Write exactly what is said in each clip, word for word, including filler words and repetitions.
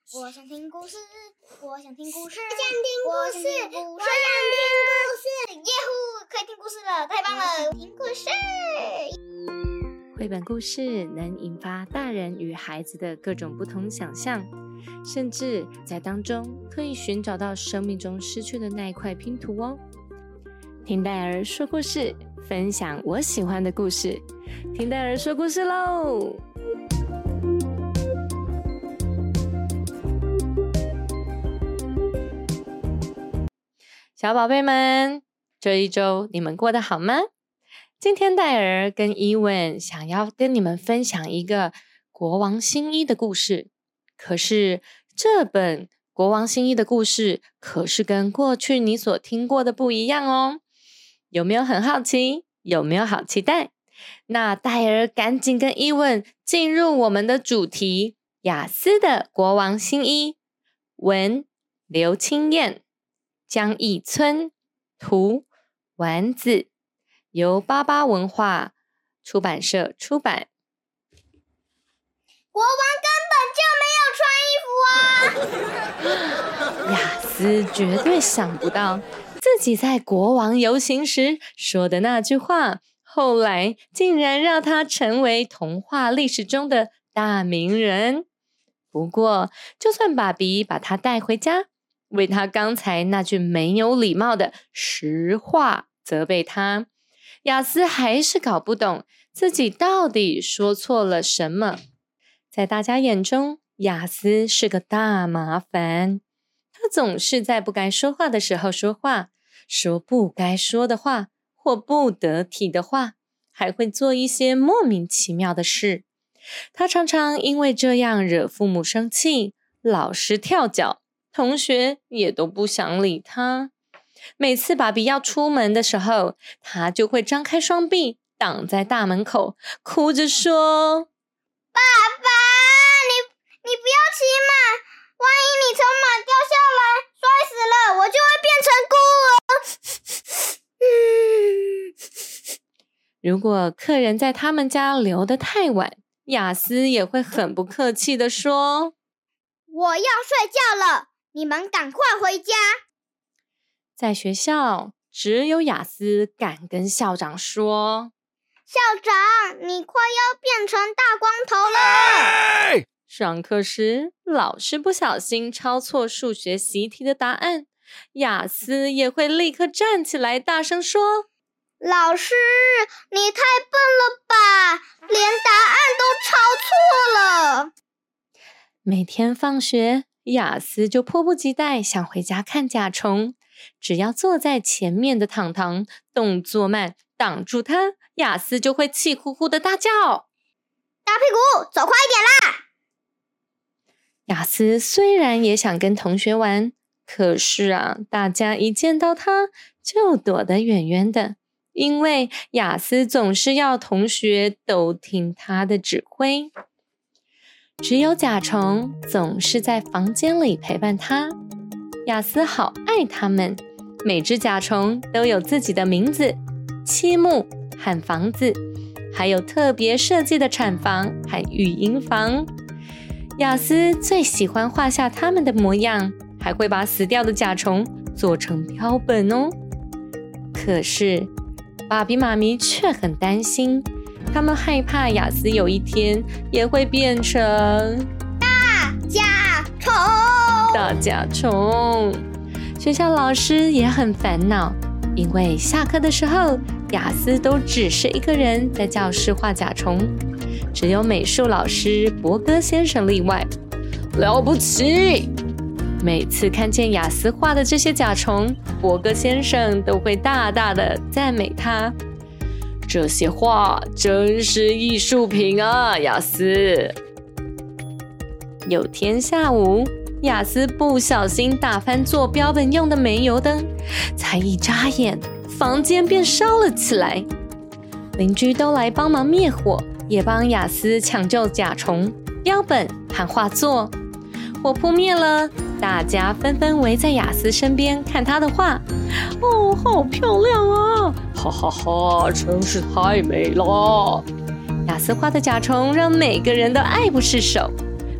我想听故事，我想听故事， 我想听故事， 我想听故事， 我想听故事， 耶呼，可以听故事了，太棒了！听故事。 绘本故事能引发大人与孩子的各种不同想象，甚至在当中可以寻找到生命中失去的那一块拼图哦。听戴儿说故事，分享我喜欢的故事。听戴儿说故事喽！小宝贝们，这一周你们过得好吗？今天戴儿跟伊文想要跟你们分享一个国王新衣的故事。可是这本国王新衣的故事可是跟过去你所听过的不一样哦。有没有很好奇？有没有好期待？那戴儿赶紧跟伊文进入我们的主题，雅思的国王新衣。文刘清燕，江义村，图丸子，由巴巴文化出版社出版。 国王根本就没有穿衣服啊！ 雅思绝对想不到自己在国王游行时说的那句话，后来竟然让他成为童话历史中的大名人。不过，就算爸比把他带回家，为他刚才那句没有礼貌的实话责备他，雅思还是搞不懂自己到底说错了什么。在大家眼中，雅思是个大麻烦，他总是在不该说话的时候说话，说不该说的话或不得体的话，还会做一些莫名其妙的事。他常常因为这样惹父母生气，老师跳脚，同学也都不想理他。每次爸比要出门的时候，他就会张开双臂挡在大门口，哭着说： 爸爸，你你不要骑马，万一你从马掉下来摔死了，我就会变成孤儿。 如果客人在他们家留得太晚，雅思也会很不客气地说： 我要睡觉了，你们赶快回家。 在学校，只有雅思敢跟校长说： 校长，你快要变成大光头了。 哎、 上课时，老师不小心抄错数学习题的答案，雅思也会立刻站起来大声说： 老师，你太笨了吧，连答案都抄错了。 每天放学，雅思就迫不及待想回家看甲虫，只要坐在前面的糖糖动作慢挡住他，雅思就会气呼呼的大叫： 大屁股，走快一点啦！ 雅思虽然也想跟同学玩，可是啊，大家一见到他就躲得远远的，因为雅思总是要同学都听他的指挥。只有甲虫总是在房间里陪伴他，雅思好爱他们，每只甲虫都有自己的名字、漆木和房子，还有特别设计的产房和育婴房。雅思最喜欢画下他们的模样，还会把死掉的甲虫做成标本哦。可是爸比妈咪却很担心，他们害怕雅思有一天也会变成大甲虫。 大甲虫。学校老师也很烦恼，因为下课的时候，雅思都只是一个人在教室画甲虫，只有美术老师伯哥先生例外。了不起！每次看见雅思画的这些甲虫，伯哥先生都会大大的赞美他。这些画真是艺术品啊，雅思。有天下午，雅思不小心打翻做标本用的煤油灯，才一眨眼，房间便烧了起来。邻居都来帮忙灭火，也帮雅思抢救甲虫、标本和画作。火扑灭了，大家纷纷围在雅思身边看他的画。哦，好漂亮啊！哈哈哈，真是太美了。雅思画的甲虫让每个人都爱不释手。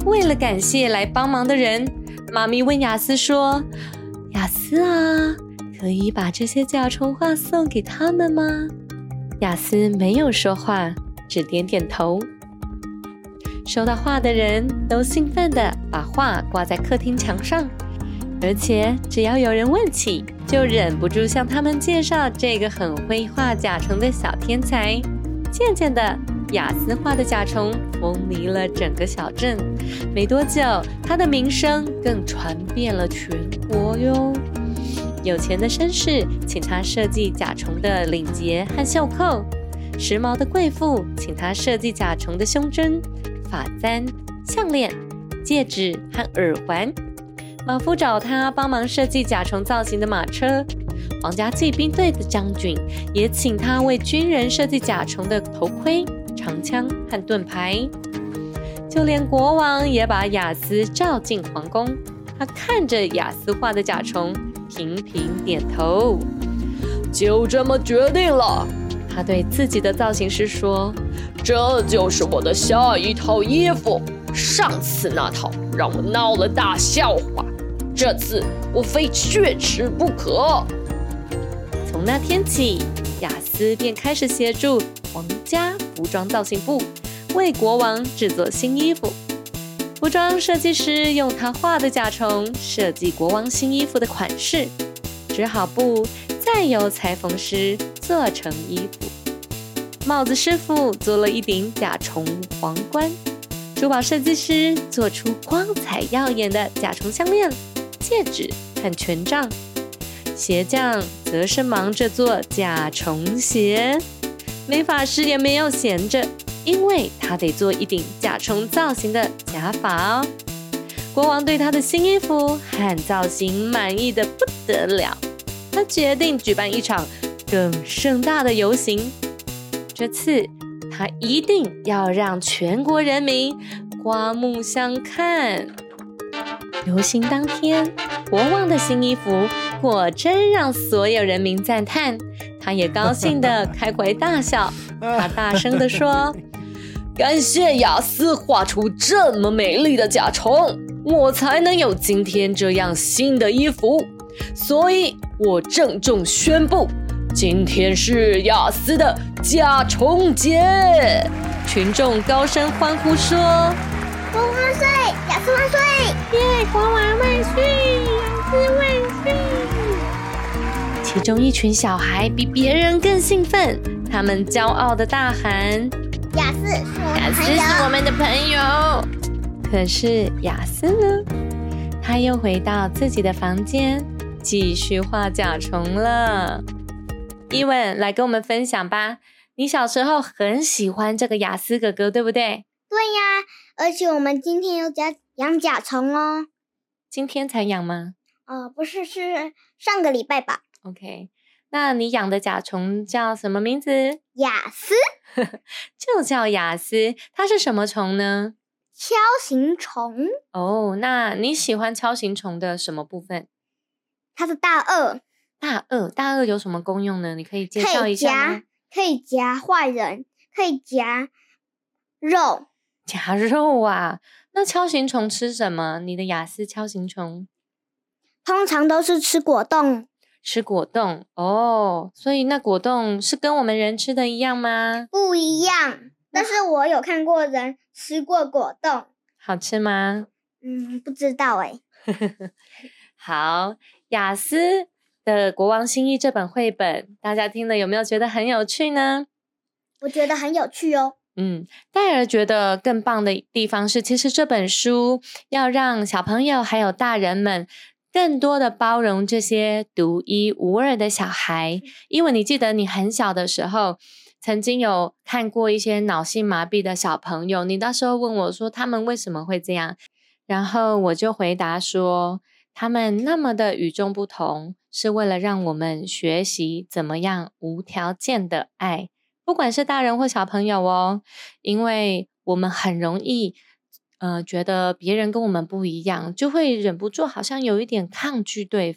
为了感谢来帮忙的人，妈咪问雅思说：雅思啊，可以把这些甲虫画送给他们吗？雅思没有说话，只点点头。收到画的人都兴奋地把画挂在客厅墙上，而且只要有人问起，就忍不住向他们介绍这个很会画甲虫的小天才。渐渐的，雅思画的甲虫风靡了整个小镇，没多久，他的名声更传遍了全国哟。有钱的绅士请他设计甲虫的领结和袖扣，时髦的贵妇请他设计甲虫的胸针、发簪、项链、戒指和耳环。马夫找他帮忙设计甲虫造型的马车，皇家骑兵队的将军也请他为军人设计甲虫的头盔、长枪和盾牌。就连国王也把雅思召进皇宫，他看着雅思画的甲虫，频频点头。就这么决定了，他对自己的造型师说：这就是我的下一套衣服，上次那套让我闹了大笑话，这次我非确实不可。从那天起，雅思便开始协助皇家服装造型部为国王制作新衣服。服装设计师用他画的甲虫设计国王新衣服的款式，织好布再由裁缝师做成衣服。帽子师傅做了一顶甲虫皇冠，珠宝设计师做出光彩耀眼的甲虫项链、戒指和权杖，鞋匠则是忙着做甲虫鞋。美发师也没有闲着，因为他得做一顶甲虫造型的假发哦。国王对他的新衣服和造型满意的不得了，他决定举办一场更盛大的游行。这次他一定要让全国人民刮目相看。游行当天，国王的新衣服果真让所有人民赞叹，他也高兴地开怀大笑。他大声地说：感谢雅思画出这么美丽的甲虫，我才能有今天这样新的衣服，所以我郑重宣布，今天是雅思的甲虫节。群众高声欢呼说： 国王万岁，雅思万岁！ 耶，国王万岁，雅思万岁！ 其中一群小孩比别人更兴奋，他们骄傲地大喊： 雅思是我雅思们的朋友。 是我们的朋友。可是雅思呢？他又回到自己的房间，继续画甲虫了。伊文，来跟我们分享吧。你小时候很喜欢这个雅思哥哥，对不对？ 对呀，而且我们今天有甲养甲虫哦。 今天才养吗？ 呃，不是，是上个礼拜吧。 OK， 那你养的甲虫叫什么名字？ 雅思就叫雅思。它是什么虫呢？ 锹形虫。 哦，那你喜欢锹形虫的什么部分？ 它是大鳄。 大鳄，大鳄有什么功用呢？你可以介绍一下吗？ 可以夹坏人，可以夹肉。 夹肉啊？那锹形虫吃什么？你的雅思锹形虫通常都是吃果冻。 吃果冻哦，所以那果冻是跟我们人吃的一样吗？ 不一样，但是我有看过人吃过果冻。 好吃吗？ 嗯，不知道哎。 好，雅思的国王新衣这本绘本，大家听了有没有觉得很有趣呢？ 我觉得很有趣哦。 嗯，戴尔觉得更棒的地方是，其实这本书要让小朋友还有大人们更多的包容这些独一无二的小孩。因为你记得你很小的时候曾经有看过一些脑性麻痹的小朋友，你那时候问我说他们为什么会这样，然后我就回答说他们那么的与众不同，是为了让我们学习怎么样无条件的爱，不管是大人或小朋友哦。因为我们很容易呃，觉得别人跟我们不一样，就会忍不住好像有一点抗拒对方。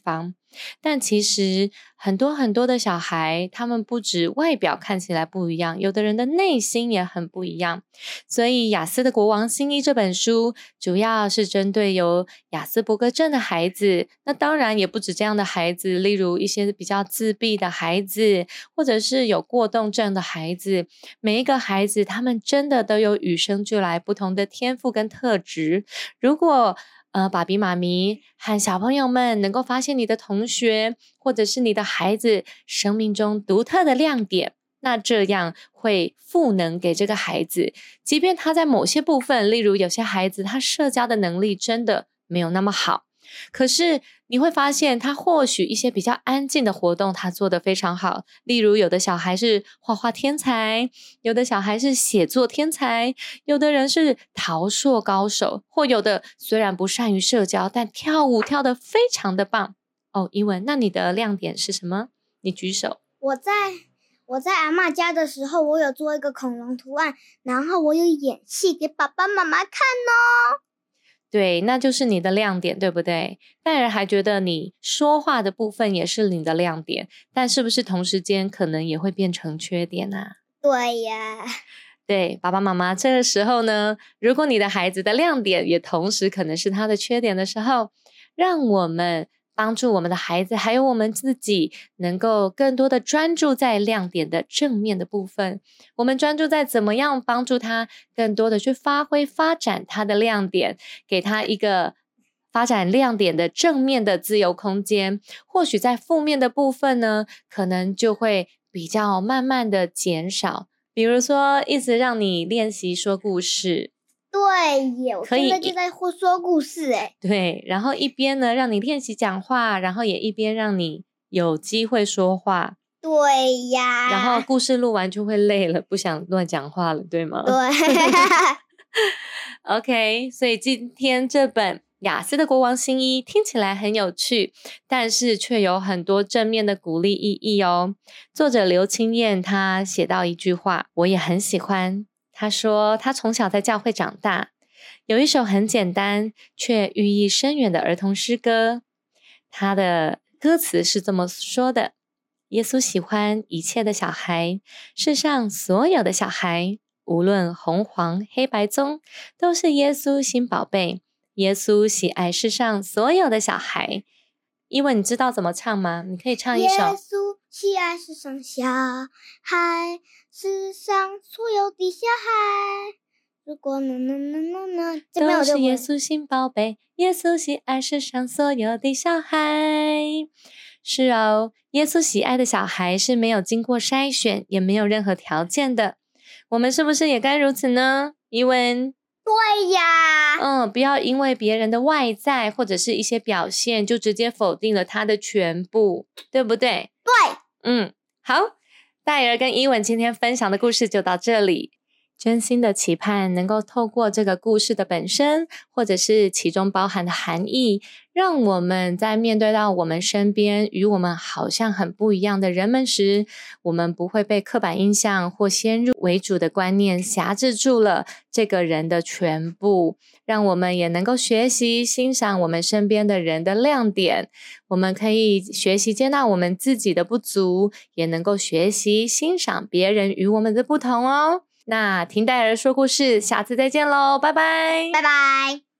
但其实很多很多的小孩，他们不止外表看起来不一样，有的人的内心也很不一样。所以雅斯的国王新衣这本书主要是针对有亚斯伯格症的孩子，那当然也不止这样的孩子，例如一些比较自闭的孩子，或者是有过动症的孩子，每一个孩子他们真的都有与生俱来不同的天赋跟特质。如果呃，爸比妈咪和小朋友们能够发现你的同学或者是你的孩子生命中独特的亮点，那这样会赋能给这个孩子，即便他在某些部分，例如有些孩子他社交的能力真的没有那么好，可是你会发现他或许一些比较安静的活动他做得非常好，例如有的小孩是画画天才，有的小孩是写作天才，有的人是陶塑高手，或有的虽然不善于社交，但跳舞跳得非常的棒。哦，英文，那你的亮点是什么？你举手。 我在我在阿嬷家的时候，我有做一个恐龙图案，然后我有演戏给爸爸妈妈看哦。 对，那就是你的亮点，对不对？戴尔还觉得你说话的部分也是你的亮点，但是不是同时间可能也会变成缺点啊？ 对呀。 对，爸爸妈妈这个时候呢，如果你的孩子的亮点也同时可能是他的缺点的时候，让我们帮助我们的孩子还有我们自己能够更多的专注在亮点的正面的部分，我们专注在怎么样帮助他更多的去发挥发展他的亮点，给他一个发展亮点的正面的自由空间，或许在负面的部分呢，可能就会比较慢慢的减少，比如说一直让你练习说故事。 对耶，我现在就在说故事诶。 对，然后一边呢让你练习讲话，然后也一边让你有机会说话。 对呀。 然后故事录完就会累了，不想乱讲话了，对吗？ 对。 OK， 所以今天这本雅斯的国王新衣听起来很有趣，但是却有很多正面的鼓励意义哦。作者刘清燕她写到一句话，我也很喜欢。他说他从小在教会长大，有一首很简单却寓意深远的儿童诗歌，他的歌词是这么说的：耶稣喜欢一切的小孩，世上所有的小孩，无论红黄黑白棕，都是耶稣心宝贝。耶稣喜爱世上所有的小孩。伊文，你知道怎么唱吗？你可以唱一首。 耶稣喜爱世上小孩，世上所有的小孩，如果呢呢呢呢呢， 都是耶稣心宝贝，耶稣喜爱世上所有的小孩。是哦，耶稣喜爱的小孩是没有经过筛选，也没有任何条件的。我们是不是也该如此呢？伊文。 对呀。 嗯，不要因为别人的外在或者是一些表现，就直接否定了他的全部，对不对？ 对。 嗯，好，戴尔跟伊文今天分享的故事就到这里。真心的期盼能够透过这个故事的本身，或者是其中包含的含义，让我们在面对到我们身边与我们好像很不一样的人们时，我们不会被刻板印象或先入为主的观念辖制住了这个人的全部，让我们也能够学习欣赏我们身边的人的亮点，我们可以学习接纳我们自己的不足，也能够学习欣赏别人与我们的不同哦。那听戴尔说故事，下次再见喽，拜拜， 拜拜。